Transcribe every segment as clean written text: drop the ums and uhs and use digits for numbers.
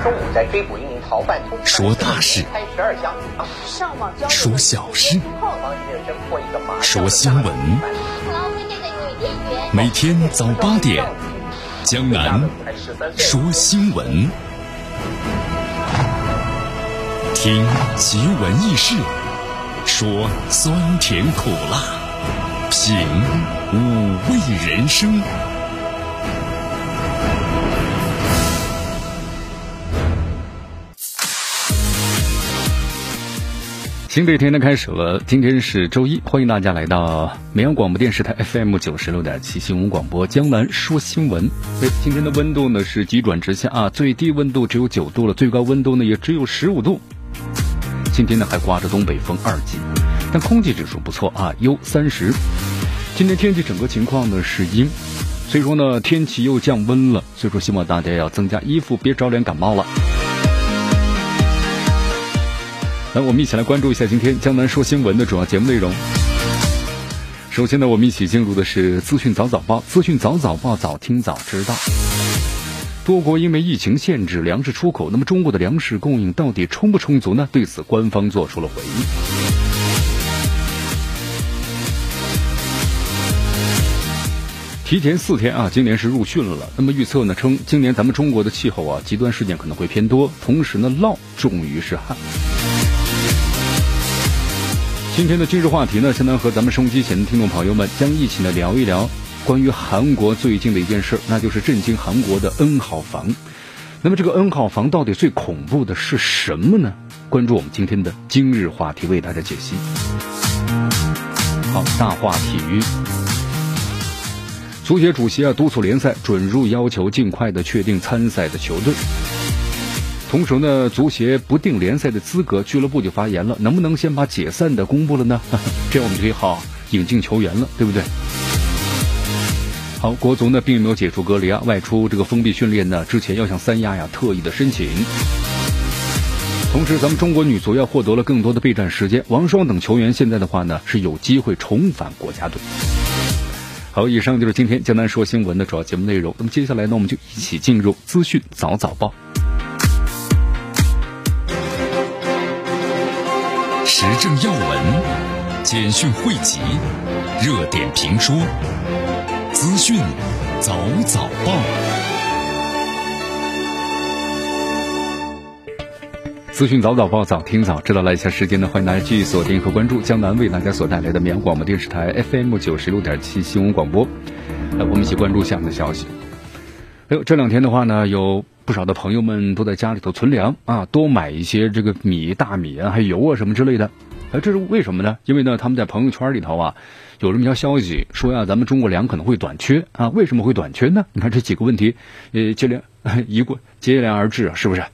中午在追捕一名逃犯， 说大事， 开12箱， 说小事，说新闻。每天早8点，江南说新闻，听奇闻异事，说酸甜苦辣，品五味人生。新的一天呢开始了，今天是周一，欢迎大家来到绵阳广播电视台 FM96.7 新闻广播江南说新闻。今天的温度呢是急转直下啊，最低温度只有9度了，最高温度呢也只有15度。今天呢还刮着东北风2级，但空气指数不错啊，优30。今天天气整个情况呢是阴，所以说呢天气又降温了，所以说希望大家要增加衣服，别着凉感冒了。来，我们一起来关注一下今天江南说新闻的主要节目内容。首先呢，我们一起进入的是资讯早早报，资讯早早报，早听早知道。多国因为疫情限制粮食出口，那么中国的粮食供应到底充不充足呢？对此官方做出了回应。提前4天啊，今年是入汛了。那么预测呢称，今年咱们中国的气候啊，极端事件可能会偏多，同时呢涝重于是旱。今天的今日话题呢，相当和咱们收音机前的听众朋友们将一起来聊一聊关于韩国最近的一件事，那就是震惊韩国的 N 号房。那么这个 N 号房到底最恐怖的是什么呢？关注我们今天的今日话题，为大家解析。好，大话体育。足协主席啊督促联赛准入要求尽快的确定参赛的球队。同时呢，足协不定联赛的资格，俱乐部就发言了，能不能先把解散的公布了呢？这样我们就可以好引进球员了，对不对？好，国足呢并没有解除隔离啊，外出这个封闭训练呢，之前要向三亚呀特意的申请。同时，咱们中国女足要获得了更多的备战时间，王霜等球员现在的话呢是有机会重返国家队。好，以上就是今天江南说新闻的主要节目内容。那么接下来呢，我们就一起进入资讯早早报。时政要闻、简讯汇集、热点评说、资讯早早报。资讯早早报，早听早知道。来一下时间呢，欢迎大家继续锁定和关注江南为大家所带来的绵阳广播电视台 FM96.7 新闻广播。我们一起关注下面的消息。这2天的话呢，有不少的朋友们都在家里头存粮啊，多买一些这个米、大米啊，还有油啊什么之类的。这是为什么呢？因为呢，他们在朋友圈里头啊，有这么一条消息说呀，咱们中国粮可能会短缺啊。为什么会短缺呢？你看这几个问题，接连而至啊，是不是？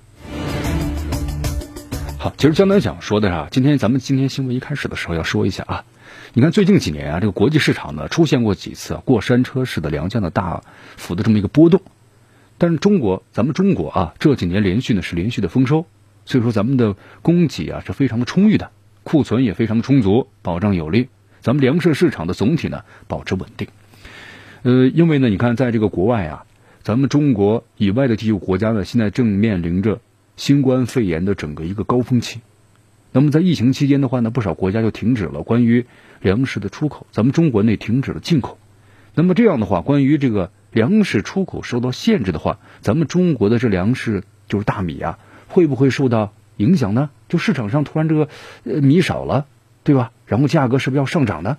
好，其实江南想说的啊，今天新闻一开始的时候要说一下啊，你看最近几年啊，这个国际市场呢出现过几次过山车式的粮价的大幅的这么一个波动。但是咱们中国啊，这几年连续的丰收，所以说咱们的供给啊是非常的充裕的，库存也非常的充足，保障有力，咱们粮食市场的总体呢保持稳定。因为呢，你看在这个国外啊，咱们中国以外的地域国家呢，现在正面临着新冠肺炎的整个一个高峰期。那么在疫情期间的话呢，不少国家就停止了关于粮食的出口，咱们中国内停止了进口。那么这样的话，关于这个粮食出口受到限制的话，咱们中国的这粮食就是大米啊，会不会受到影响呢？就市场上突然这个米少了，对吧？然后价格是不是要上涨呢？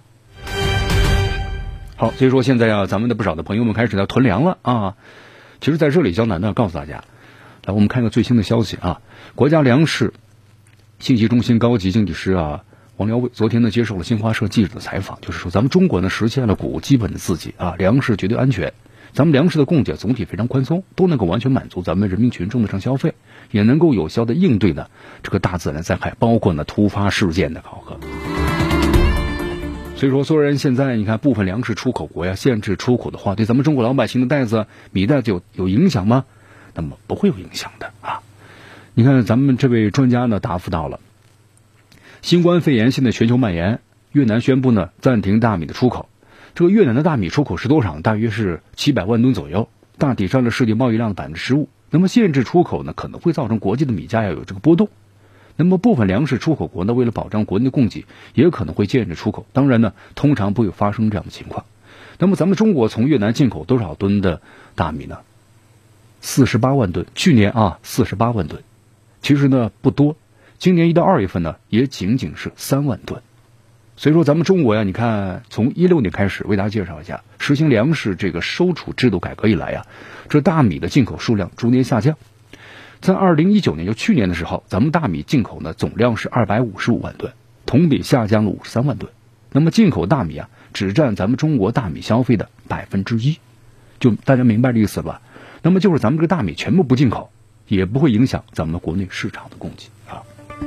好，所以说现在啊，咱们的不少的朋友们开始在囤粮了啊。其实在这里江南呢告诉大家，来我们看一个最新的消息啊，国家粮食信息中心高级经济师啊王辽伟昨天呢接受了新华社记者的采访，就是说咱们中国呢实现了谷物基本的自给啊，粮食绝对安全，咱们粮食的供给总体非常宽松，都能够完全满足咱们人民群众的上消费，也能够有效的应对呢这个大自然灾害，包括呢突发事件的考核。所以说虽然现在你看部分粮食出口国呀限制出口的话，对咱们中国老百姓的袋子米袋子有影响吗？那么不会有影响的啊。你看咱们这位专家呢答复到了，新冠肺炎现在全球蔓延，越南宣布呢暂停大米的出口。这个越南的大米出口是多少？大约是700万吨左右，大体占了世界贸易量的15%。 那么限制出口呢，可能会造成国际的米价要有这个波动。那么部分粮食出口国呢，为了保障国内的供给，也可能会限制出口。当然呢，通常不会发生这样的情况。那么咱们中国从越南进口多少吨的大米呢？48万吨，去年48万吨，其实呢不多。今年1到2月份呢，也仅仅是3万吨。所以说咱们中国呀，你看从16年开始，为大家介绍一下，实行粮食这个收储制度改革以来呀，这大米的进口数量逐年下降。在2019年，就去年的时候，咱们大米进口呢总量是255万吨，同比下降了53万吨。那么进口大米啊，只占咱们中国大米消费的1%，就大家明白这意思吧？那么就是咱们这个大米全部不进口，也不会影响咱们国内市场的供给啊。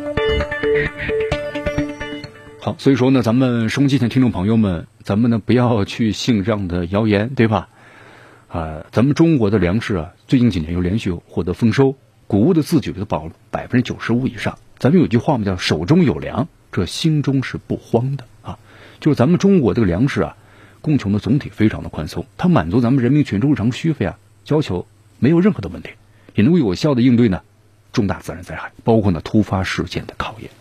好，所以说呢，咱们收音机前听众朋友们，咱们呢不要去信这样的谣言，对吧？咱们中国的粮食啊，最近几年又连续获得丰收，谷物的自给率都保95%以上。咱们有句话嘛，叫手中有粮，这心中是不慌的啊。就是咱们中国这个粮食啊，供求的总体非常的宽松，它满足咱们人民群众日常需费啊，要求没有任何的问题，也能够有效的应对呢重大自然灾害，包括呢突发事件的考验。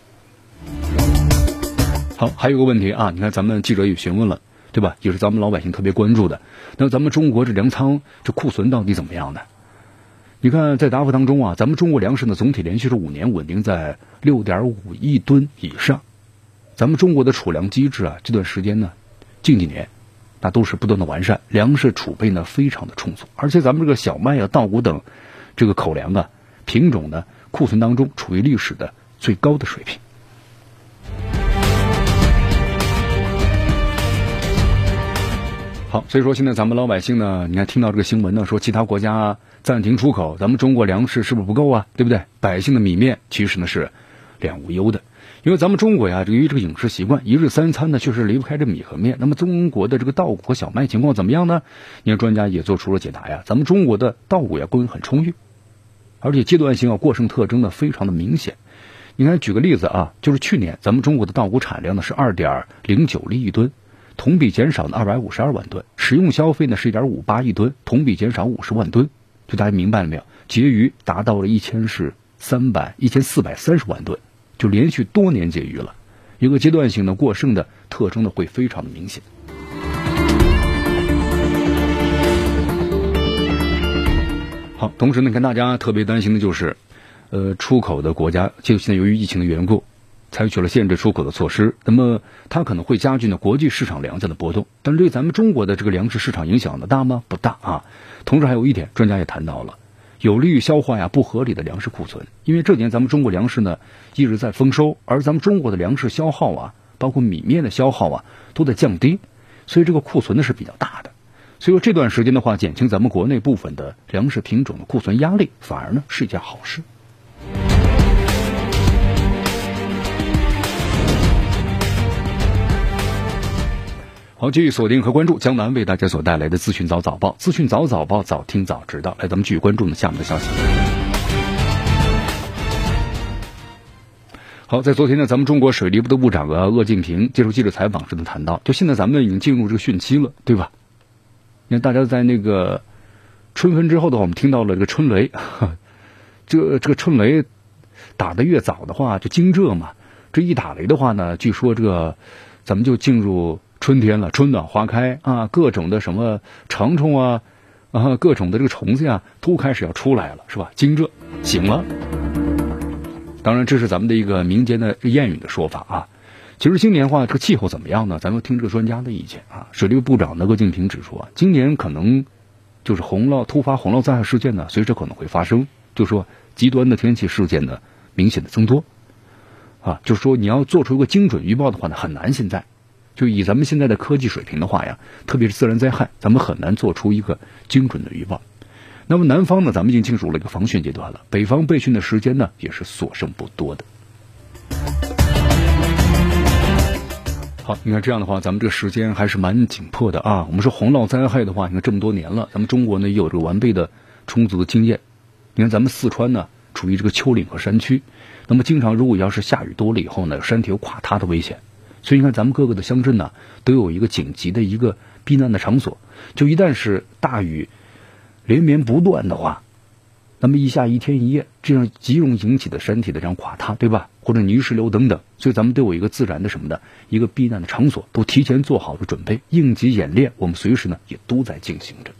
好，还有个问题啊，你看咱们记者也询问了，对吧？也是咱们老百姓特别关注的。那咱们中国这粮仓这库存到底怎么样呢？你看在答复当中啊，咱们中国粮食呢总体连续是5年稳定在6.5亿吨以上。咱们中国的储粮机制啊，这段时间呢，近几年那都是不断的完善，粮食储备呢非常的充足，而且咱们这个小麦啊、稻谷等这个口粮啊品种呢库存当中处于历史的最高的水平。好，所以说现在咱们老百姓呢，你看听到这个新闻呢，说其他国家暂停出口，咱们中国粮食是不是不够啊？对不对？百姓的米面其实呢是两无忧的，因为咱们中国呀，由于这个饮食习惯，一日三餐呢确实离不开这米和面。那么中国的这个稻谷和小麦情况怎么样呢？你看专家也做出了解答呀，咱们中国的稻谷呀供应很充裕，而且阶段性过剩特征呢非常的明显。你看举个例子啊，就是去年咱们中国的稻谷产量呢是2.09亿吨。同比减少了252万吨，食用消费呢是1.58亿吨，同比减少50万吨，就大家明白了没有？结余达到了1430万吨，就连续多年结余了。一个阶段性的过剩的特征呢会非常的明显。好，同时呢，跟大家特别担心的就是，出口的国家就现在由于疫情的缘故，采取了限制出口的措施，那么它可能会加剧呢国际市场粮价的波动，但是对咱们中国的这个粮食市场影响的大吗？不大啊。同时还有一点，专家也谈到了，有利于消化呀不合理的粮食库存，因为这年咱们中国粮食呢一直在丰收，而咱们中国的粮食消耗啊，包括米面的消耗啊都在降低，所以这个库存呢是比较大的。所以说这段时间的话，减轻咱们国内部分的粮食品种的库存压力，反而呢是一件好事。好，继续锁定和关注江南为大家所带来的资讯早报，资讯早报，早听早知道。来，咱们继续关注呢下面的消息。好，在昨天呢，咱们中国水利部的部长鄂敬平接受记者采访时呢谈到，就现在咱们已经进入这个汛期了，对吧？你看大家在那个春分之后的话，我们听到了这个春雷，这个春雷打得越早的话，就惊蛰嘛。这一打雷的话呢，据说这个咱们就进入春天了，春暖花开啊，各种的什么长虫啊，各种的这个虫子呀，都开始要出来了，是吧？惊蛰醒了。当然，这是咱们的一个民间的谚语的说法啊。其实今年的话，这个气候怎么样呢？咱们听这个专家的意见啊。水利部部长鄂敬平指出啊，今年可能就是突发洪涝灾害事件呢，随时可能会发生，就是说极端的天气事件呢明显的增多啊。就是说你要做出一个精准预报的话呢，很难。现在就以咱们现在的科技水平的话呀，特别是自然灾害，咱们很难做出一个精准的预报。那么南方呢，咱们已经进入了一个防汛阶段了，北方备汛的时间呢也是所剩不多的。好，你看这样的话，咱们这个时间还是蛮紧迫的啊。我们说洪涝灾害的话，你看这么多年了，咱们中国呢也有这个完备的充足的经验。你看咱们四川呢处于这个丘陵和山区，那么经常如果要是下雨多了以后呢，山体有垮塌的危险。所以你看咱们各个的乡镇呢都有一个紧急的一个避难的场所，就一旦是大雨连绵不断的话， 那么一下一天一夜，这样极容易引起的身体的这样垮塌，对吧？或者泥石流等等，所以咱们都有一个自然的什么的一个避难的场所，都提前做好了准备，应急演练，我们随时呢也都在进行着。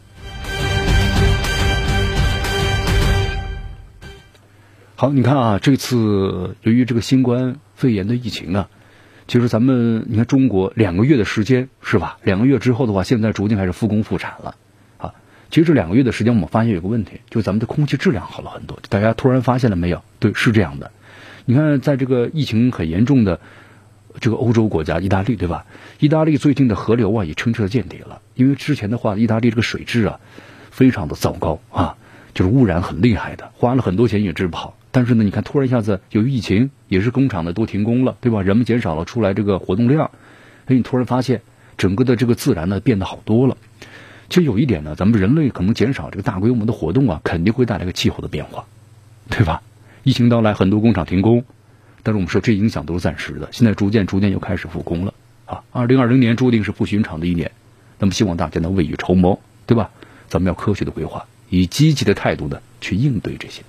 好，你看啊，这次由于这个新冠肺炎的疫情呢，其实咱们你看中国2个月的时间是吧？2个月之后的话，现在逐渐开始复工复产了啊。其实这2个月的时间，我们发现有个问题，就是咱们的空气质量好了很多。大家突然发现了没有？对，是这样的。你看，在这个疫情很严重的这个欧洲国家意大利，对吧？意大利最近的河流啊也清澈见底了，因为之前的话，意大利这个水质啊非常的糟糕啊，就是污染很厉害的，花了很多钱也治不好。但是呢，你看突然一下子由于疫情，也是工厂的都停工了，对吧？人们减少了出来这个活动量，所以你突然发现整个的这个自然呢变得好多了。其实有一点呢，咱们人类可能减少这个大规模的活动啊，肯定会带来个气候的变化，对吧？疫情到来，很多工厂停工，但是我们说这影响都是暂时的，现在逐渐又开始复工了啊。2020年注定是不寻常的一年，那么希望大家能未雨绸缪，对吧？咱们要科学的规划，以积极的态度的去应对这些。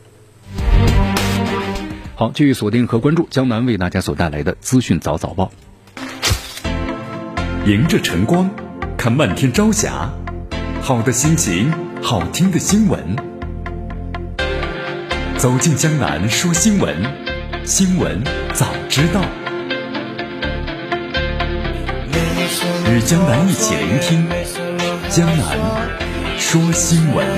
好，继续锁定和关注江南为大家所带来的资讯早早报。 迎着晨光，看漫天朝霞，好的心情，好听的新闻。走进江南说新闻，新闻早知道。与江南一起聆听江南说新闻。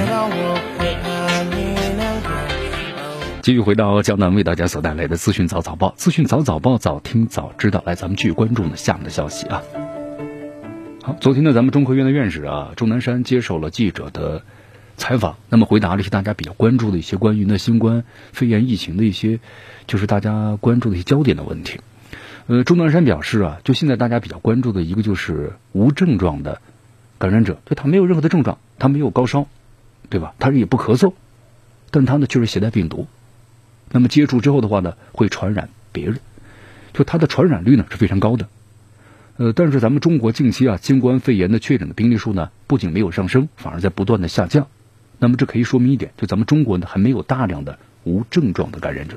继续回到江南为大家所带来的资讯早早报，资讯早早报，早听早知道。来，咱们继续关注呢下面的消息啊。好，昨天呢，咱们中科院的院士啊钟南山接受了记者的采访，那么回答了一些大家比较关注的一些关于呢新冠肺炎疫情的一些就是大家关注的一些焦点的问题。钟南山表示啊，就现在大家比较关注的一个就是无症状的感染者，就他没有任何的症状，他没有高烧，对吧？他也不咳嗽，但他呢确实携带病毒。那么接触之后的话呢，会传染别人，就它的传染率呢是非常高的。但是咱们中国近期啊，新冠肺炎的确诊的病例数呢，不仅没有上升，反而在不断的下降。那么这可以说明一点，就咱们中国呢还没有大量的无症状的感染者。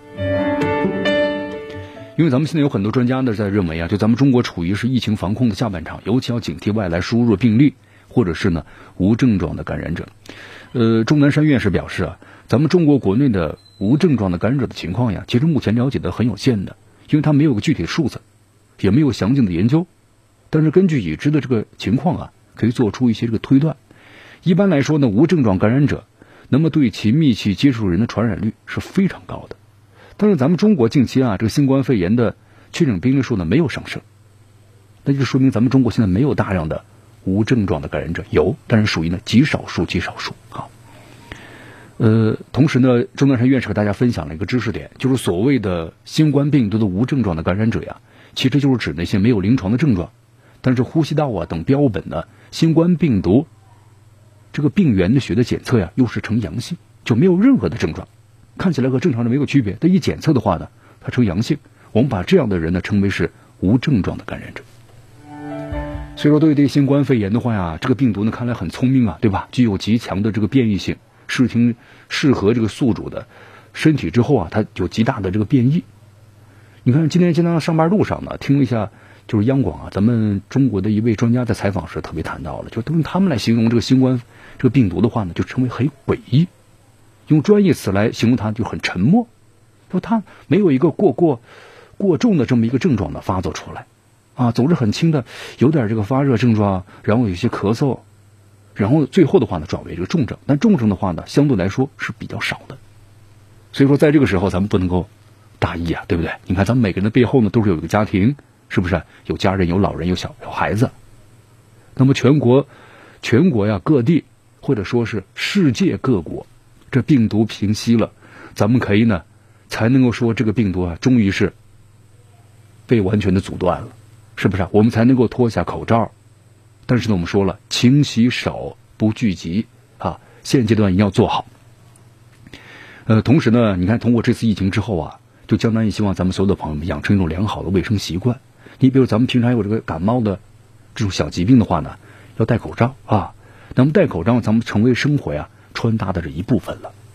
因为咱们现在有很多专家呢在认为啊，就咱们中国处于是疫情防控的下半场，尤其要警惕外来输入病例或者是呢无症状的感染者。钟南山院士表示啊，咱们中国国内的无症状的感染者的情况呀，其实目前了解的很有限的，因为它没有个具体的数字，也没有详尽的研究。但是根据已知的这个情况啊，可以做出一些这个推断。一般来说呢，无症状感染者，那么对其密切接触人的传染率是非常高的。但是咱们中国近期啊，这个新冠肺炎的确诊病例数呢没有上升，那就说明咱们中国现在没有大量的无症状的感染者，有，但是属于呢极少数啊。同时呢，钟南山院士和大家分享了一个知识点，就是所谓的新冠病毒的无症状的感染者呀，其实就是指那些没有临床的症状，但是呼吸道啊等标本的新冠病毒这个病原的学的检测呀，又是呈阳性，就没有任何的症状，看起来和正常人没有区别，但一检测的话呢，它呈阳性，我们把这样的人呢称为是无症状的感染者。所以说，对新冠肺炎的话呀，这个病毒呢看来很聪明啊，对吧？具有极强的这个变异性，适合这个宿主的身体之后啊，它有极大的这个变异。你看今天经常上班路上呢，听了一下就是央广啊，咱们中国的一位专家在采访时特别谈到了，就用他们来形容这个新冠这个病毒的话呢，就称为很诡异，用专业词来形容它就很沉默，说它没有一个过重的这么一个症状呢发作出来啊，总是很轻的，有点这个发热症状，然后有些咳嗽，然后最后的话呢转为这个重症，但重症的话呢相对来说是比较少的。所以说在这个时候咱们不能够大意啊，对不对？你看咱们每个人的背后呢都是有一个家庭，是不是？有家人，有老人，有小孩子。那么全国呀各地或者说是世界各国，这病毒平息了，咱们可以呢才能够说这个病毒啊终于是被完全的阻断了，是不是？我们才能够脱下口罩。但是呢我们说了，勤洗手不聚集啊，现阶段一定要做好。同时呢，你看通过这次疫情之后啊，就江南也希望咱们所有的朋友们养成一种良好的卫生习惯。你比如咱们平常有这个感冒的这种小疾病的话呢，要戴口罩啊。那么戴口罩咱们成为生活呀穿搭的这一部分了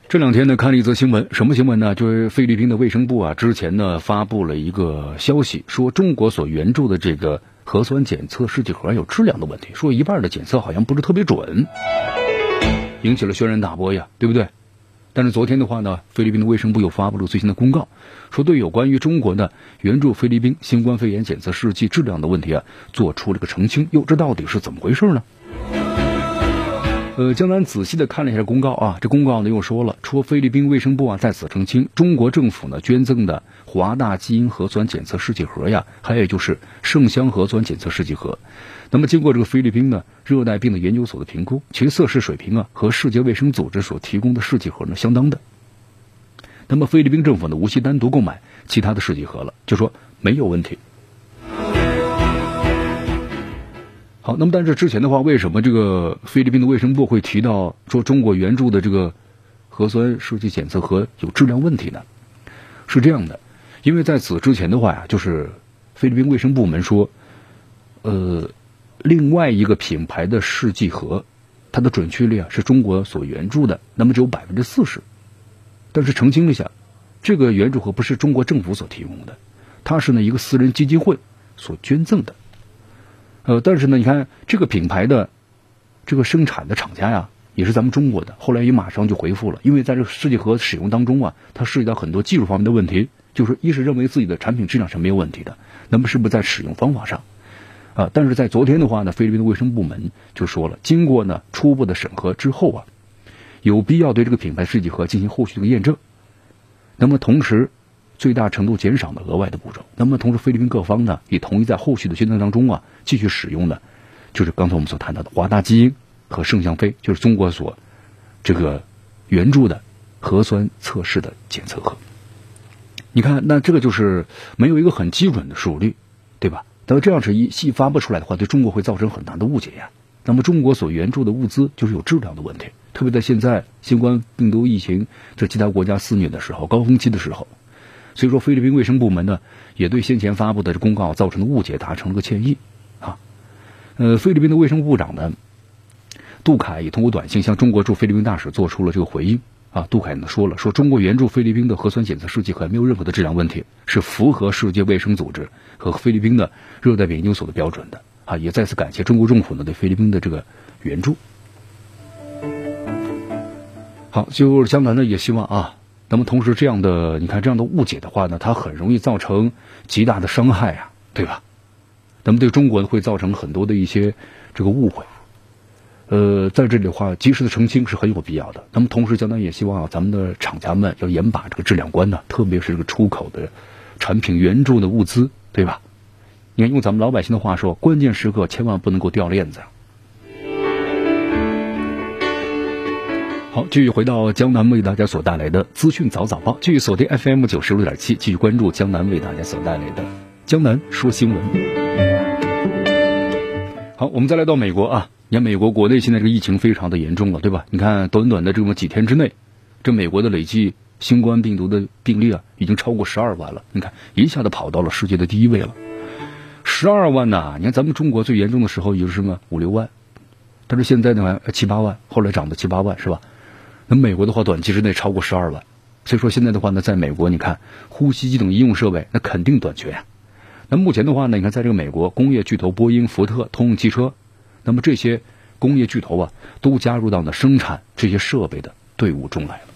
这两天呢，看了一则新闻，什么新闻呢？就是菲律宾的卫生部啊，之前呢发布了一个消息，说中国所援助的这个核酸检测试剂盒有质量的问题，说一半的检测好像不是特别准，引起了轩然大波呀，对不对？但是昨天的话呢，菲律宾的卫生部又发布了最新的公告，说对有关于中国的援助菲律宾新冠肺炎检测试剂质量的问题啊，做出了个澄清。这到底是怎么回事呢？江南仔细的看了一下公告啊，这公告呢又说了，说菲律宾卫生部啊在此澄清，中国政府呢捐赠的华大基因核酸检测试剂盒呀，还有就是圣香核酸检测试剂盒，那么经过这个菲律宾呢热带病的研究所的评估，其测试水平啊和世界卫生组织所提供的试剂盒呢相当的。那么菲律宾政府呢无需单独购买其他的试剂盒了，就说没有问题。好，那么但是之前的话，为什么这个菲律宾的卫生部会提到说中国援助的这个核酸试剂检测盒有质量问题呢？是这样的，因为在此之前的话呀，就是菲律宾卫生部门说，另外一个品牌的试剂盒，它的准确率啊是中国所援助的，那么只有40%，但是澄清了一下，这个援助盒不是中国政府所提供的，它是呢一个私人基金会所捐赠的。但是呢，你看这个品牌的这个生产的厂家呀，也是咱们中国的，后来也马上就回复了，因为在这个试剂盒使用当中啊，它涉及到很多技术方面的问题，就是一是认为自己的产品质量是没有问题的，那么是不是在使用方法上但是在昨天的话呢，菲律宾的卫生部门就说了，经过呢初步的审核之后啊，有必要对这个品牌试剂盒进行后续的验证，那么同时最大程度减少了额外的步骤。那么同时菲律宾各方呢也同意在后续的捐赠当中啊继续使用呢，就是刚才我们所谈到的华大基因和圣香菲，就是中国所这个援助的核酸测试的检测盒。你看，那这个就是没有一个很基准的数据，对吧？但是这样是一发布出来的话，对中国会造成很大的误解呀。那么中国所援助的物资就是有质量的问题，特别在现在新冠病毒疫情在其他国家肆虐的时候，高峰期的时候，所以说菲律宾卫生部门呢也对先前发布的公告造成的误解达成了个歉意啊。菲律宾的卫生部长呢杜凯也通过短信向中国驻菲律宾大使做出了这个回应啊。杜凯呢说中国援助菲律宾的核酸检测试剂盒没有任何的质量问题，是符合世界卫生组织和菲律宾的热带病研究所的标准的啊。也再次感谢中国政府呢对菲律宾的这个援助。好，就是江南呢也希望啊，那么同时这样的你看这样的误解的话呢，它很容易造成极大的伤害啊，对吧？那么对中国会造成很多的一些这个误会。在这里的话，及时的澄清是很有必要的。那么同时，江南也希望咱们的厂家们要严把这个质量关呢，特别是这个出口的产品援助的物资，对吧？你看，用咱们老百姓的话说，关键时刻千万不能够掉链子。好，继续回到江南为大家所带来的资讯早早报，继续锁定 FM 96.7，继续关注江南为大家所带来的江南说新闻。好，我们再来到美国啊。你看美国国内现在这个疫情非常的严重了，对吧？你看短短的这么几天之内，这美国的累计新冠病毒的病例啊，已经超过12万了。你看一下子跑到了世界的第1位了，12万呐！你看咱们中国最严重的时候也就是什么5、6万，但是现在呢7、8万，后来涨到7、8万，是吧？那美国的话短期之内超过12万，所以说现在的话呢，在美国你看呼吸机等医用设备那肯定短缺呀。那目前的话呢，你看在这个美国工业巨头波音、福特、通用汽车，那么这些工业巨头啊，都加入到呢生产这些设备的队伍中来了。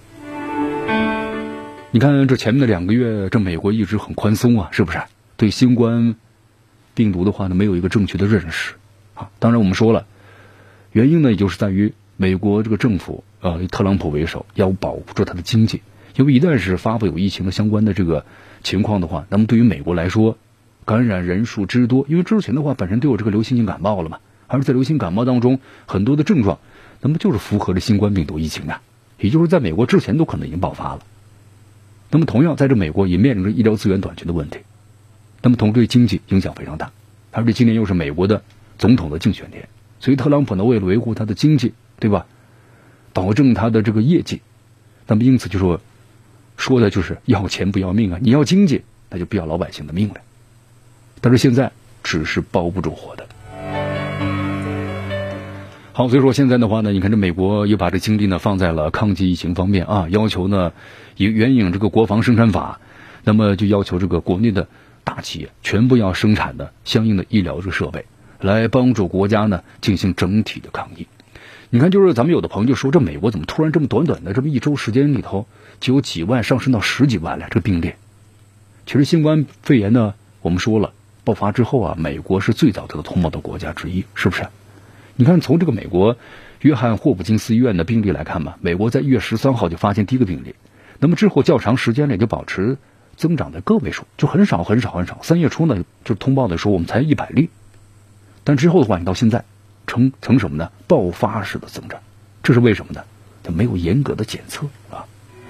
你看这前面的2个月，这美国一直很宽松啊，是不是？对新冠病毒的话呢，没有一个正确的认识啊。当然我们说了，原因呢，也就是在于美国这个政府以特朗普为首，要保护住它的经济。因为一旦是发布有疫情的相关的这个情况的话，那么对于美国来说，感染人数之多，因为之前的话本身都有这个流行性感冒了嘛，而在流行感冒当中很多的症状，那么就是符合了新冠病毒疫情啊，也就是在美国之前都可能已经爆发了。那么同样在这美国也面临着医疗资源短缺的问题，那么同时对经济影响非常大，而且今年又是美国的总统的竞选年，所以特朗普呢为了维护他的经济，对吧，保证他的这个业绩，那么因此就说的就是要钱不要命啊，你要经济那就不要老百姓的命了。但是现在只是包不住火的。 好，所以说现在的话呢，你看这美国又把这精力呢放在了抗击疫情方面啊，要求呢以援引这个国防生产法，那么就要求这个国内的大企业全部要生产的相应的医疗这个设备，来帮助国家呢进行整体的抗疫。你看，就是咱们有的朋友就说，这美国怎么突然这么短短的这么一周时间里头，就有几万上升到10几万了这个病例？其实新冠肺炎呢，我们说了，爆发之后啊，美国是最早得到通报的国家之一，是不是？你看，从这个美国约翰霍普金斯医院的病例来看嘛，美国在1月13号就发现第一个病例，那么之后较长时间内就保持增长的个位数，就很少。3月初呢，就通报的时候我们才100例，但之后的话，你到现在成什么呢？爆发式的增长，这是为什么呢？它没有严格的检测啊。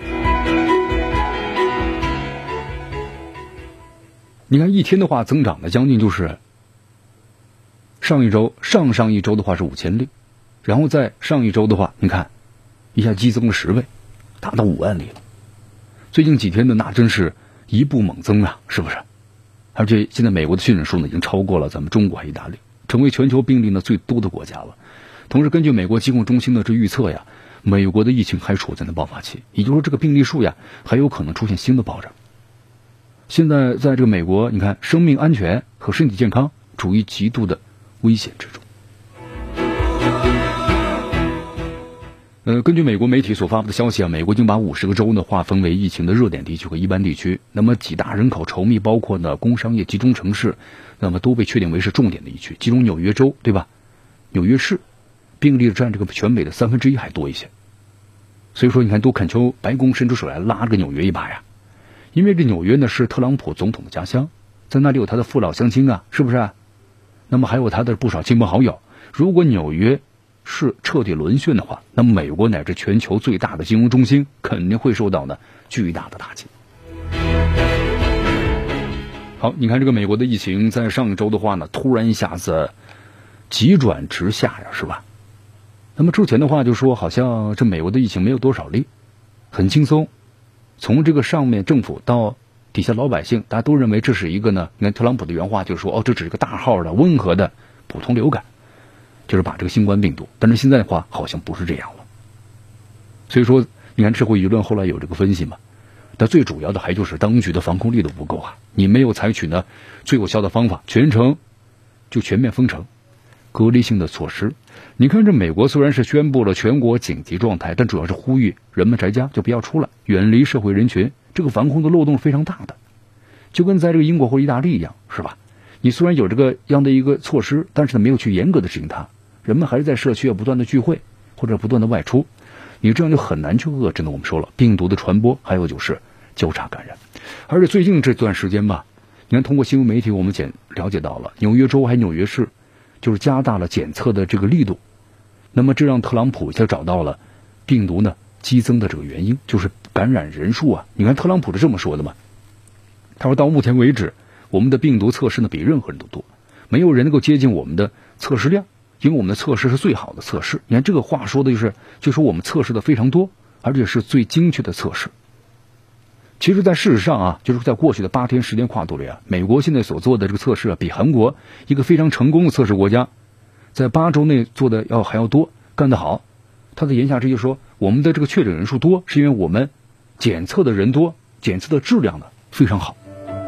你看一天的话，增长的将近就是上一周的话是5000例，然后在上一周的话，你看一下激增了10倍，达到5万例了。最近几天呢，那真是一步猛增啊，是不是？而且现在美国的确诊数呢，已经超过了咱们中国和意大利，成为全球病例呢最多的国家了。同时，根据美国疾控中心的这预测呀，美国的疫情还处在那爆发期，也就是说这个病例数呀还有可能出现新的暴涨。现在在这个美国，你看生命安全和身体健康处于极度的危险之中。根据美国媒体所发布的消息啊，美国已经把50个州呢划分为疫情的热点地区和一般地区。那么几大人口稠密，包括呢工商业集中城市，那么都被确定为是重点的疫区。其中纽约州，对吧？纽约市病例占这个全美的1/3还多一些。所以说，你看都恳求白宫伸出手来拉这个纽约一把呀。因为这纽约呢是特朗普总统的家乡，在那里有他的父老乡亲啊，是不是啊？那么还有他的不少亲朋好友。如果纽约是彻底沦陷的话，那么美国乃至全球最大的金融中心肯定会受到呢巨大的打击。好，你看这个美国的疫情在上周的话呢，突然一下子急转直下呀，是吧？那么之前的话就说好像这美国的疫情没有多少例，很轻松。从这个上面政府到底下老百姓，大家都认为这是一个呢，你看特朗普的原话就是说，这只是一个大号的温和的普通流感，就是把这个新冠病毒。但是现在的话好像不是这样了。所以说你看社会舆论后来有这个分析嘛，但最主要的还就是当局的防控力度不够啊，你没有采取呢最有效的方法，全面封城，隔离性的措施。你看这美国虽然是宣布了全国紧急状态，但主要是呼吁人们宅家，就不要出来，远离社会人群。这个防控的漏洞是非常大的，就跟在这个英国或意大利一样，是吧？你虽然有这个样的一个措施，但是呢没有去严格的执行它，人们还是在社区不断的聚会或者不断的外出，你这样就很难去遏制呢。我们说了，病毒的传播，还有就是交叉感染。而且最近这段时间吧，你看通过新闻媒体我们了解到了，纽约州还纽约市就是加大了检测的这个力度。那么这让特朗普就找到了病毒呢激增的这个原因，就是感染人数啊。你看特朗普是这么说的嘛，他说到目前为止，我们的病毒测试呢比任何人都多，没有人能够接近我们的测试量，因为我们的测试是最好的测试。你看这个话说的就说我们测试的非常多，而且是最精确的测试。其实在事实上啊，就是在过去的8天时间跨度里啊，美国现在所做的这个测试啊，比韩国一个非常成功的测试国家在8周内做的还要多，干得好。他的言下之意说，我们的这个确诊人数多，是因为我们检测的人多，检测的质量呢非常好。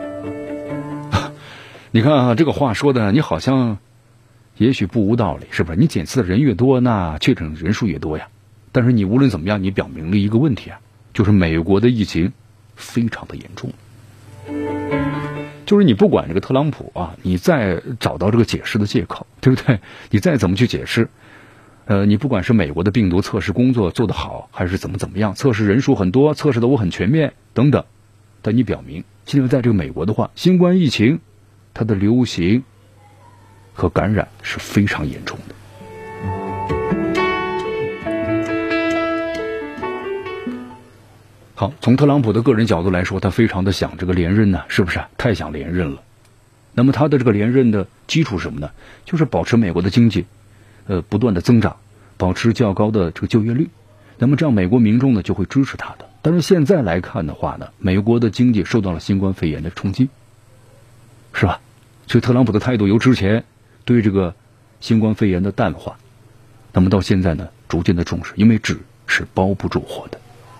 你看啊，这个话说的你好像也许不无道理，是不是？你检测的人越多，那确诊人数越多呀。但是你无论怎么样，你表明了一个问题啊，就是美国的疫情非常的严重。就是你不管这个特朗普啊，你再找到这个解释的借口，对不对？你再怎么去解释，你不管是美国的病毒测试工作做得好，还是怎么样，测试人数很多，测试的我很全面等等，但你表明现在在这个美国的话，新冠疫情它的流行和感染是非常严重的。好，从特朗普的个人角度来说，他非常的想这个连任呢，是不是？太想连任了。那么他的这个连任的基础是什么呢？就是保持美国的经济不断的增长，保持较高的这个就业率。那么这样美国民众呢就会支持他的。但是现在来看的话呢，美国的经济受到了新冠肺炎的冲击，是吧？所以特朗普的态度由之前对这个新冠肺炎的淡化， 那么到现在呢，逐渐的重视，因为纸是包不住火的。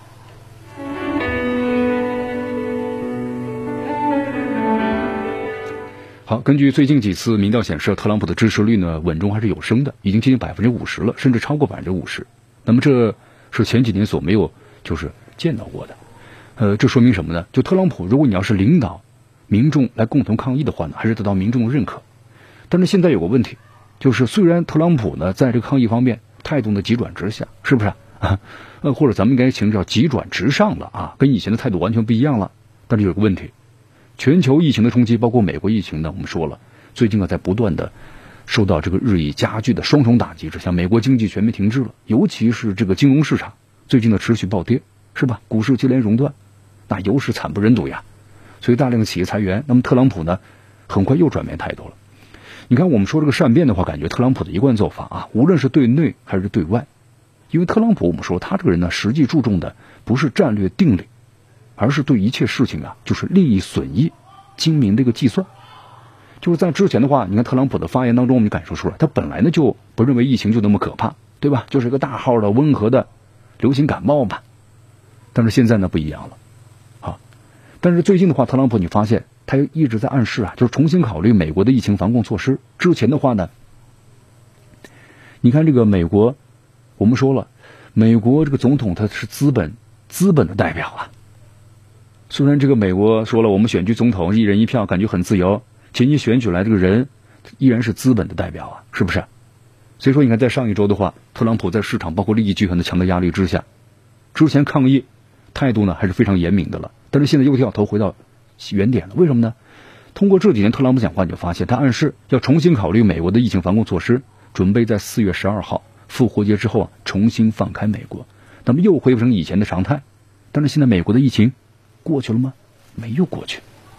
好，根据最近几次民调显示，特朗普的支持率呢稳中还是有升的，已经接近50%了，甚至超过50%。那么这是前几年所没有就是见到过的。这说明什么呢？就特朗普，如果你要是领导民众来共同抗议的话呢，还是得到民众的认可。但是现在有个问题，就是虽然特朗普呢在这个抗议方面态度呢急转直下，是不是啊？或者咱们应该形容叫急转直上了啊，跟以前的态度完全不一样了。但是有个问题，全球疫情的冲击，包括美国疫情呢，我们说了，最近在不断的受到这个日益加剧的双重打击之下，美国经济全面停滞了，尤其是这个金融市场最近的持续暴跌，是吧？股市接连熔断，那油市惨不忍睹呀，所以大量的企业裁员。那么特朗普呢，很快又转变态度了。你看，我们说这个善变的话，感觉特朗普的一贯做法啊，无论是对内还是对外，因为特朗普我们说他这个人呢，实际注重的不是战略定力，而是对一切事情啊，就是利益损益精明的一个计算。就是在之前的话，你看特朗普的发言当中，我们感受出来，他本来呢就不认为疫情就那么可怕，对吧？就是一个大号的温和的流行感冒嘛。但是现在呢不一样了，啊，但是最近的话，特朗普你发现他一直在暗示啊，就是重新考虑美国的疫情防控措施。之前的话呢，你看这个美国，我们说了，美国这个总统他是资本的代表啊。虽然这个美国说了，我们选举总统一人一票，感觉很自由，其实你选举来这个人依然是资本的代表啊，是不是？所以说你看在上一周的话，特朗普在市场包括利益集团的强大压力之下，之前抗议态度呢还是非常严明的了，但是现在又掉头回到原点了。为什么呢？通过这几年特朗普讲话，你就发现他暗示要重新考虑美国的疫情防控措施，准备在4月12号复活节之后啊重新放开美国，那么又恢复成以前的常态。但是现在美国的疫情过去了吗？没有过去。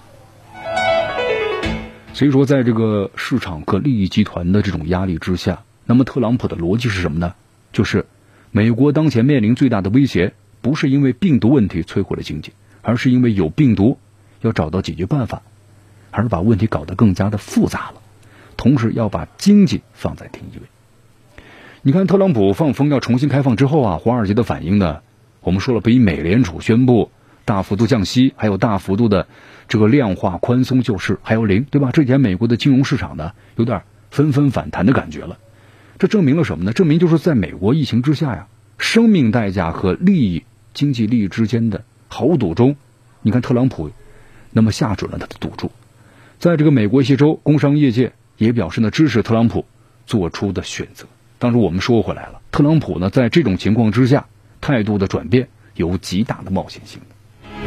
所以说在这个市场和利益集团的这种压力之下，那么特朗普的逻辑是什么呢？就是美国当前面临最大的威胁，不是因为病毒问题摧毁了经济，而是因为有病毒，要找到解决办法，而把问题搞得更加的复杂了，同时要把经济放在第一位。你看特朗普放风要重新开放之后啊，华尔街的反应呢，我们说了，比美联储宣布大幅度降息，还有大幅度的这个量化宽松救市还有零，对吧？这几天美国的金融市场呢有点纷纷反弹的感觉了。这证明了什么呢？证明就是在美国疫情之下呀，生命代价和经济利益之间的豪赌中，你看特朗普那么下准了他的赌注。在这个美国一些州，工商业界也表示呢支持特朗普做出的选择。当然我们说回来了，特朗普呢在这种情况之下态度的转变有极大的冒险性的。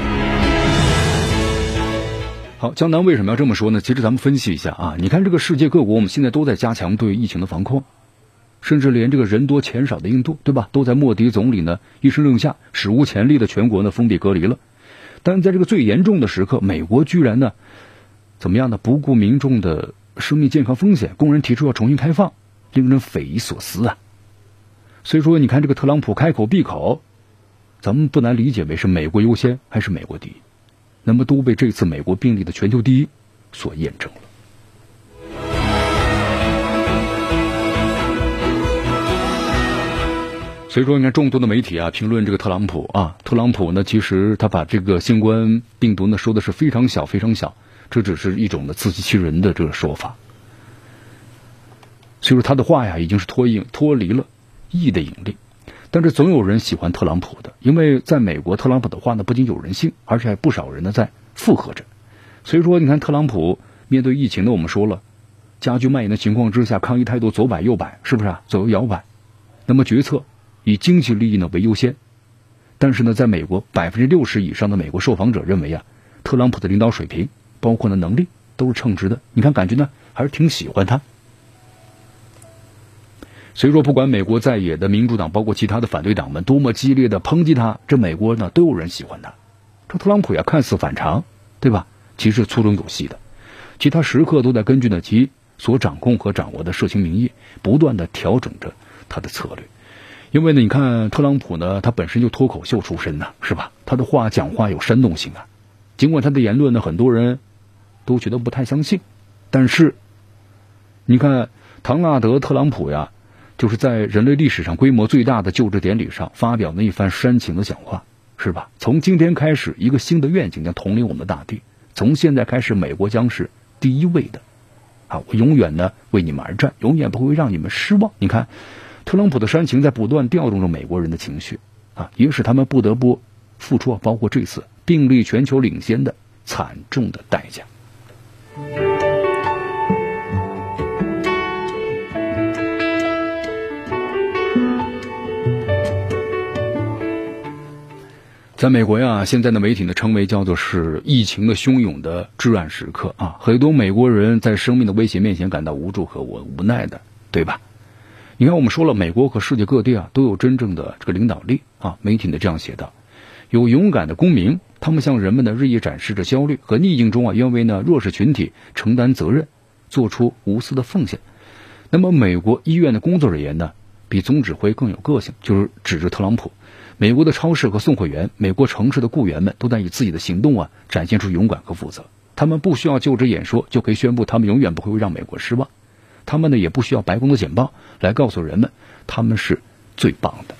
好，江南为什么要这么说呢？其实咱们分析一下啊，你看这个世界各国，我们现在都在加强对疫情的防控，甚至连这个人多钱少的印度，对吧，都在莫迪总理呢一声令下，史无前例的全国呢封闭隔离了。但在这个最严重的时刻，美国居然呢怎么样呢？不顾民众的生命健康风险，公然提出要重新开放，令人匪夷所思啊。所以说你看这个特朗普开口闭口，咱们不难理解为是美国优先还是美国第一，那么都被这次美国病例的全球第一所验证了。所以说你看众多的媒体啊评论这个特朗普啊，特朗普呢其实他把这个新冠病毒呢说的是非常小非常小，这只是一种的自欺欺人的这个说法。所以说他的话呀已经是脱离了意的引力，但是总有人喜欢特朗普的，因为在美国特朗普的话呢不仅有人信，而且还不少人呢在附和着。所以说你看特朗普面对疫情呢，我们说了加剧蔓延的情况之下，抗议态度左摆右摆，是不是啊？左右摇摆，那么决策以经济利益呢为优先。但是呢在美国60%以上的美国受访者认为啊，特朗普的领导水平包括呢能力都是称职的，你看感觉呢还是挺喜欢他。所以说不管美国在野的民主党包括其他的反对党们多么激烈的抨击他，这美国呢都有人喜欢他。这特朗普呀看似反常，对吧？其实粗中有细的，其他时刻都在根据呢其所掌控和掌握的社情民意不断的调整着他的策略。因为呢你看特朗普呢他本身就脱口秀出身呢，是吧？他的讲话有煽动性啊，尽管他的言论呢很多人都觉得不太相信，但是你看唐纳德特朗普呀， 就是在人类历史上规模最大的就职典礼上发表那一番煽情的讲话，是吧？从今天开始，一个新的愿景将统领我们的大地。从现在开始，美国将是第一位的。我永远呢为你们而战，永远不会让你们失望。你看，特朗普的煽情在不断调动着美国人的情绪也使他们不得不付出包括这次病例全球领先的惨重的代价。在美国呀，现在的媒体呢称为叫做是疫情的汹涌的至暗时刻很多美国人在生命的威胁面前感到无助和无奈的，对吧？你看，我们说了，美国和世界各地都有真正的这个领导力媒体呢这样写道，有勇敢的公民，他们向人们呢日益展示着焦虑和逆境中愿为呢弱势群体承担责任，做出无私的奉献。那么美国医院的工作人员呢比总指挥更有个性，就是指着特朗普。美国的超市和送货员，美国城市的雇员们都在以自己的行动展现出勇敢和负责。他们不需要就职演说就可以宣布他们永远不会让美国失望，他们呢也不需要白宫的简报来告诉人们他们是最棒的。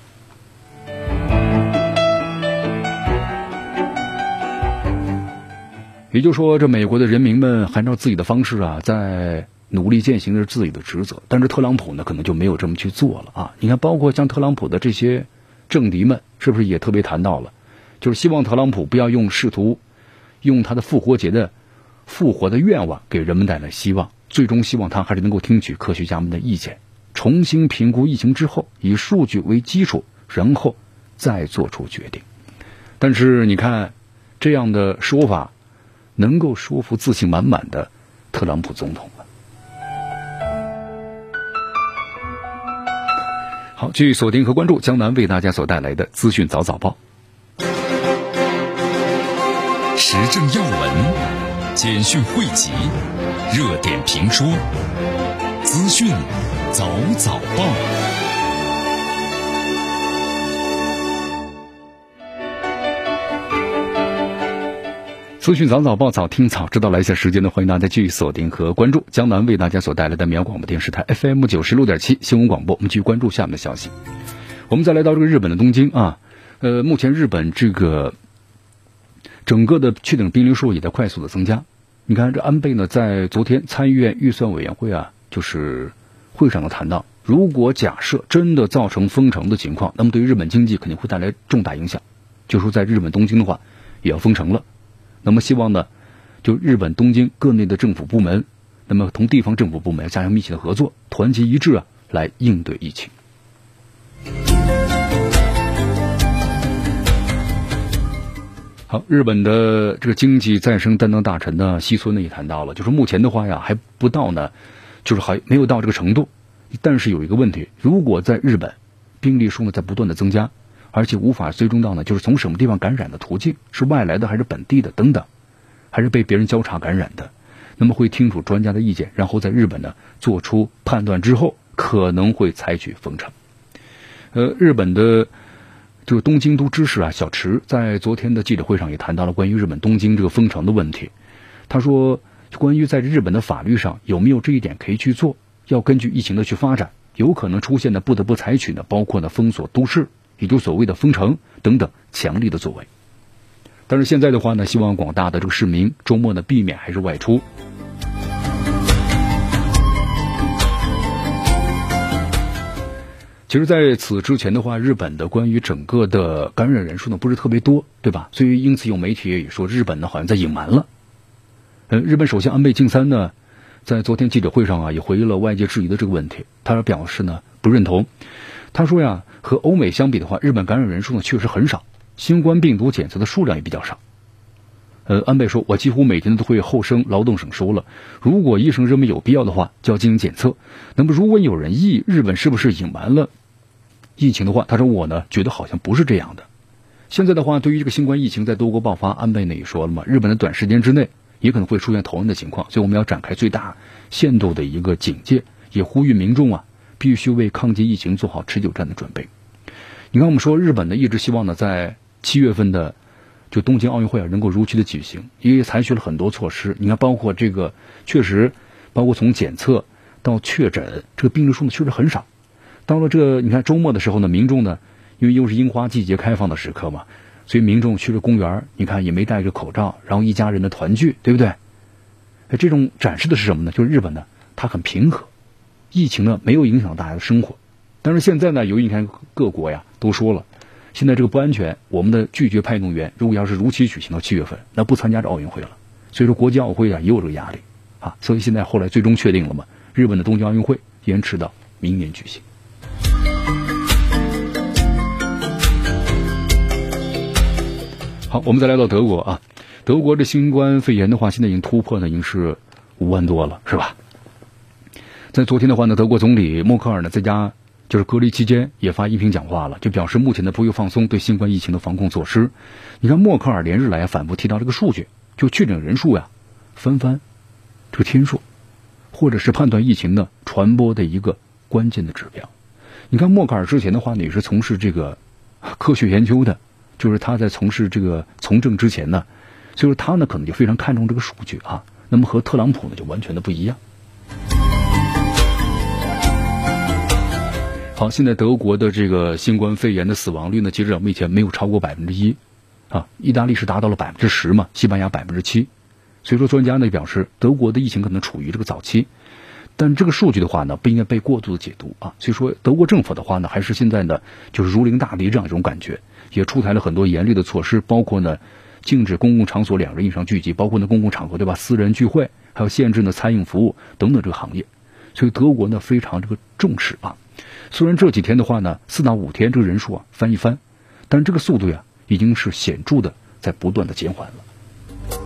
也就是说，这美国的人民们按照自己的方式在努力践行着自己的职责，但是特朗普呢可能就没有这么去做了你看，包括像特朗普的这些政敌们是不是也特别谈到了，就是希望特朗普不要试图用他的复活的愿望给人们带来希望，最终希望他还是能够听取科学家们的意见，重新评估疫情之后，以数据为基础，然后再做出决定。但是你看，这样的说法能够说服自信满满的特朗普总统吗？好，继续锁定和关注江南为大家所带来的资讯早早报， 时政要闻、简讯汇集、热点评说，资讯早早报。 资讯早早报，早听早知道。来一下时间呢，欢迎大家继续锁定和关注江南为大家所带来的绵阳广播电视台 FM 96.7新闻广播。我们继续关注下面的消息。我们再来到这个日本的东京目前日本这个整个的确诊病例数也在快速的增加。你看，这安倍呢在昨天参议院预算委员会就是会上谈到，如果假设真的造成封城的情况，那么对于日本经济肯定会带来重大影响。就说在日本东京的话也要封城了。那么希望呢，就日本东京各内的政府部门，那么同地方政府部门加强密切的合作，团结一致来应对疫情。好，日本的这个经济再生担当大臣呢西村呢也谈到了，就是目前的话还不到呢，就是还没有到这个程度。但是有一个问题，如果在日本病例数呢在不断的增加，而且无法追踪到呢，就是从什么地方感染的途径，是外来的还是本地的等等，还是被别人交叉感染的，那么会听取专家的意见，然后在日本呢做出判断之后，可能会采取封城。日本的这个东京都知事小池在昨天的记者会上也谈到了关于日本东京这个封城的问题。他说，关于在日本的法律上有没有这一点可以去做，要根据疫情的去发展，有可能出现的不得不采取的包括呢封锁都市，也就是所谓的封城等等强力的作为。但是现在的话呢，希望广大的这个市民周末呢避免还是外出。其实在此之前的话，日本的关于整个的感染人数呢不是特别多，对吧？所以因此有媒体也说日本呢好像在隐瞒了。日本首相安倍晋三呢在昨天记者会上也回应了外界质疑的这个问题，他表示呢不认同。他说和欧美相比的话，日本感染人数呢确实很少，新冠病毒检测的数量也比较少。安倍说，我几乎每天都会后生劳动省说了，如果医生认为有必要的话就要进行检测。那么如果有人疑日本是不是隐瞒了疫情的话，他说我呢觉得好像不是这样的。现在的话，对于这个新冠疫情在多国爆发，安倍呢也说了嘛，日本的短时间之内也可能会出现同样的情况，所以我们要展开最大限度的一个警戒，也呼吁民众必须为抗击疫情做好持久战的准备。你看，我们说日本呢一直希望呢在7月份的就东京奥运会能够如期的举行，也采取了很多措施。你看，包括这个确实包括从检测到确诊，这个病例数呢确实很少。 到了你看周末的时候呢，民众呢，因为又是樱花季节开放的时刻嘛，所以民众去了公园，你看也没戴着口罩，然后一家人的团聚，对不对？这种展示的是什么呢？就是日本呢，它很平和，疫情呢没有影响大家的生活。但是现在呢，由于你看各国呀都说了，现在这个不安全，我们的拒绝派运动员，如果要是如期举行到7月份，那不参加这奥运会了。所以说国际奥委会啊也有这个压力啊，所以现在后来最终确定了嘛，日本的东京奥运会延迟到明年举行。好，我们再来到德国啊，德国这新冠肺炎的话，现在已经突破呢，已经是5万多了，是吧？在昨天的话呢，德国总理默克尔呢在家就是隔离期间也发音频讲话了，就表示目前的不会放松对新冠疫情的防控措施。你看默克尔连日来反复提到这个数据，就确诊人数呀翻这个天数，或者是判断疫情的传播的一个关键的指标。你看默克尔之前的话呢也是从事这个科学研究的，就是他在从事这个从政之前呢，所以说他呢可能就非常看重这个数据啊，那么和特朗普呢就完全的不一样。好，现在德国的这个新冠肺炎的死亡率呢，截止到目前没有超过1%啊，意大利是达到了10%嘛，西班牙7%，所以说专家呢表示，德国的疫情可能处于这个早期，但这个数据的话呢，不应该被过度的解读啊。所以说，德国政府的话呢，还是现在呢就是如临大敌这样一种感觉，也出台了很多严厉的措施，包括呢禁止公共场所2人以上聚集，包括呢公共场合对吧，私人聚会，还有限制呢餐饮服务等等这个行业。所以德国呢非常这个重视啊。虽然这几天的话呢，4到5天这个人数啊翻一番，但这个速度呀已经是显著的在不断的减缓了。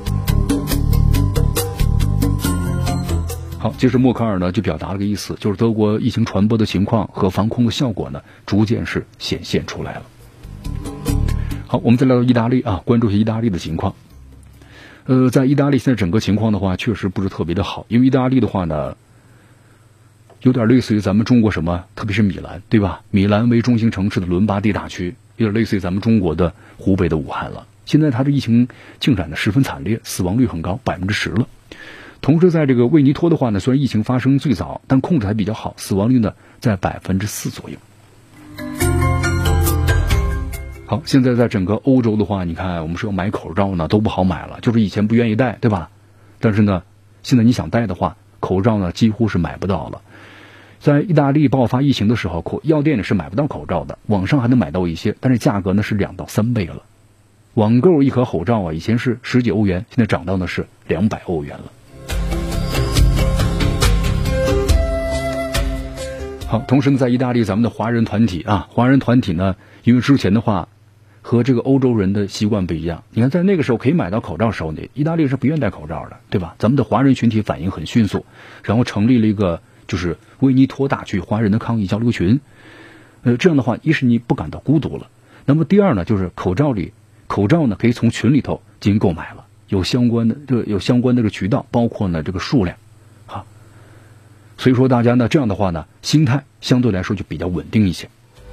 好，接着默克尔呢就表达了个意思，就是德国疫情传播的情况和防控的效果呢逐渐是显现出来了。好，我们再来到意大利啊，关注一下意大利的情况。在意大利现在整个情况的话确实不是特别的好，因为意大利的话呢有点类似于咱们中国什么，特别是米兰，对吧？米兰为中心城市的伦巴第大区，有点类似于咱们中国的湖北的武汉了。现在它的疫情进展的十分惨烈，死亡率很高，10%了。同时在这个维尼托的话呢，虽然疫情发生最早，但控制还比较好，死亡率呢在4%左右。好，现在在整个欧洲的话，你看我们说要买口罩呢都不好买了，就是以前不愿意戴，对吧？但是呢，现在你想戴的话，口罩呢几乎是买不到了。在意大利爆发疫情的时候，药店里是买不到口罩的，网上还能买到一些，但是价格呢是2到3倍了。网购一盒口罩啊，以前是10几欧元，现在涨到呢是200欧元了。好，同时呢，在意大利咱们的华人团体呢，因为之前的话和这个欧洲人的习惯不一样，你看在那个时候可以买到口罩的时候呢，意大利是不愿戴口罩的，对吧？咱们的华人群体反应很迅速，然后成立了一个就是维尼托大区华人的抗疫交流群。这样的话，一是你不感到孤独了，那么第二呢，就是口罩呢可以从群里头进行购买了，有相关的这个渠道，包括呢这个数量啊。所以说大家呢这样的话呢，心态相对来说就比较稳定一些。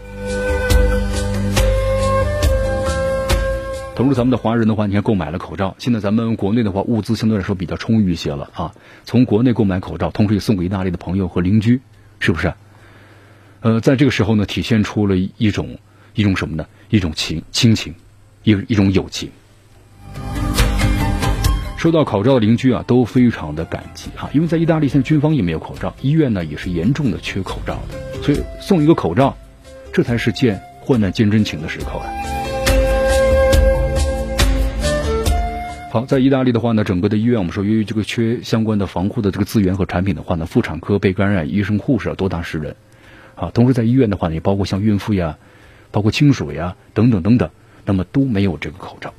同时咱们的华人的话，你看购买了口罩，现在咱们国内的话物资相对来说比较充裕一些了啊。从国内购买口罩，同时也送给意大利的朋友和邻居，是不是？在这个时候呢，体现出了一种什么呢？一种亲情，一种友情。收到口罩的邻居啊，都非常的感激啊，因为在意大利现在军方也没有口罩，医院呢也是严重的缺口罩的，所以送一个口罩，这才是见患难见真情的时刻啊。好，在意大利的话呢，整个的医院我们说，由于这个缺相关的防护的这个资源和产品的话呢，妇产科被感染医生护士多达10人啊。同时在医院的话呢，也包括像孕妇呀，包括亲属呀等等等等，那么都没有这个口罩。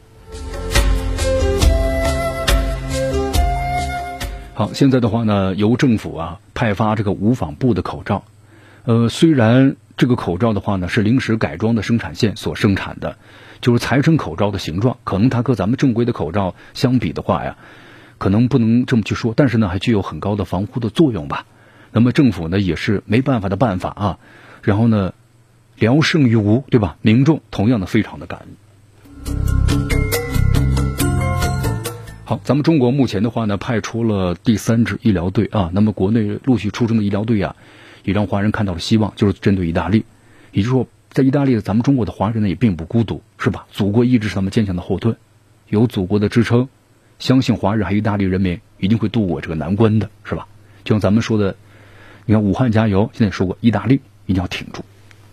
好，现在的话呢，由政府啊派发这个无纺布的口罩，虽然这个口罩的话呢是临时改装的生产线所生产的，就是裁成口罩的形状，可能它和咱们正规的口罩相比的话呀，可能不能这么去说，但是呢还具有很高的防护的作用吧。那么政府呢也是没办法的办法啊，然后呢聊胜于无，对吧？民众同样的非常的感恩。好，咱们中国目前的话呢，派出了第3支医疗队啊。那么国内陆续出征的医疗队啊， 也让华人看到了希望，就是针对意大利。也就是说，在意大利的咱们中国的华人呢也并不孤独，是吧？祖国一直是他们坚强的后盾，有祖国的支撑，相信华人还有意大利人民一定会度过这个难关的，是吧？就像咱们说的，你看武汉加油，现在说过意大利一定要挺住。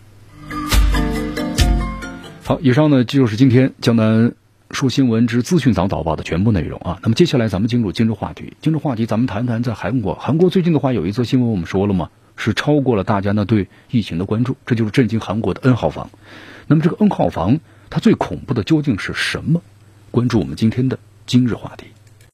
好，以上呢就是今天江南说新闻之资讯早早报的全部内容啊。那么接下来咱们进入今日话题，今日话题咱们谈谈在韩国最近的话有一则新闻我们说了吗？是超过了大家呢对疫情的关注，这就是震惊韩国的 N 号房。那么这个 N 号房它最恐怖的究竟是什么？关注我们今天的今日话题。